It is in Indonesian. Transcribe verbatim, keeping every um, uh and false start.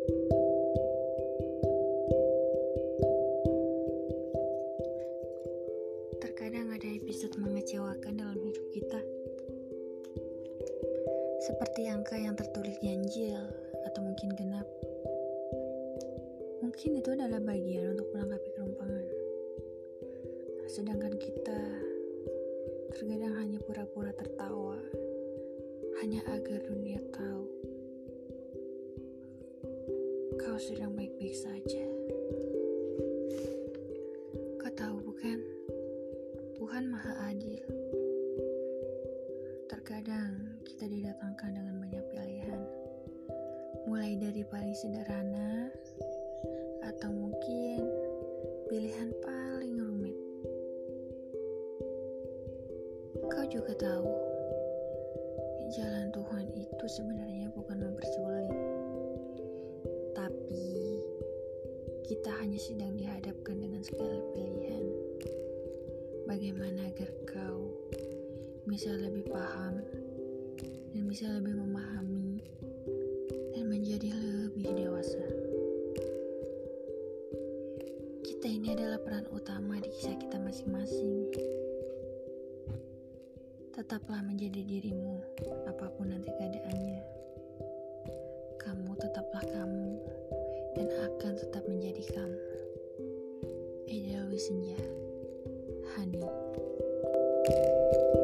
Terkadang ada episode mengecewakan dalam hidup kita, seperti angka yang tertulis ganjil atau mungkin genap. Mungkin itu adalah bagian untuk melengkapi kerumpangan, sedangkan kita terkadang hanya pura-pura tertawa, hanya agar dunia tahu kau sedang baik-baik saja. Kau tahu bukan, Tuhan Maha Adil. Terkadang kita didatangkan dengan banyak pilihan, mulai dari paling sederhana atau mungkin pilihan paling rumit. Kau juga tahu, jalan Tuhan itu sebenarnya bukan mempersulit, tapi kita hanya sedang dihadapkan dengan segala pilihan. Bagaimana agar kau bisa lebih paham dan bisa lebih memahami dan menjadi lebih dewasa. Kita ini adalah peran utama di kisah kita masing-masing. Tetaplah menjadi dirimu, apapun nanti keadaannya. Kamu tetaplah kamu dan akan tetap menjadi kamu. Ida Wisenja, Hani.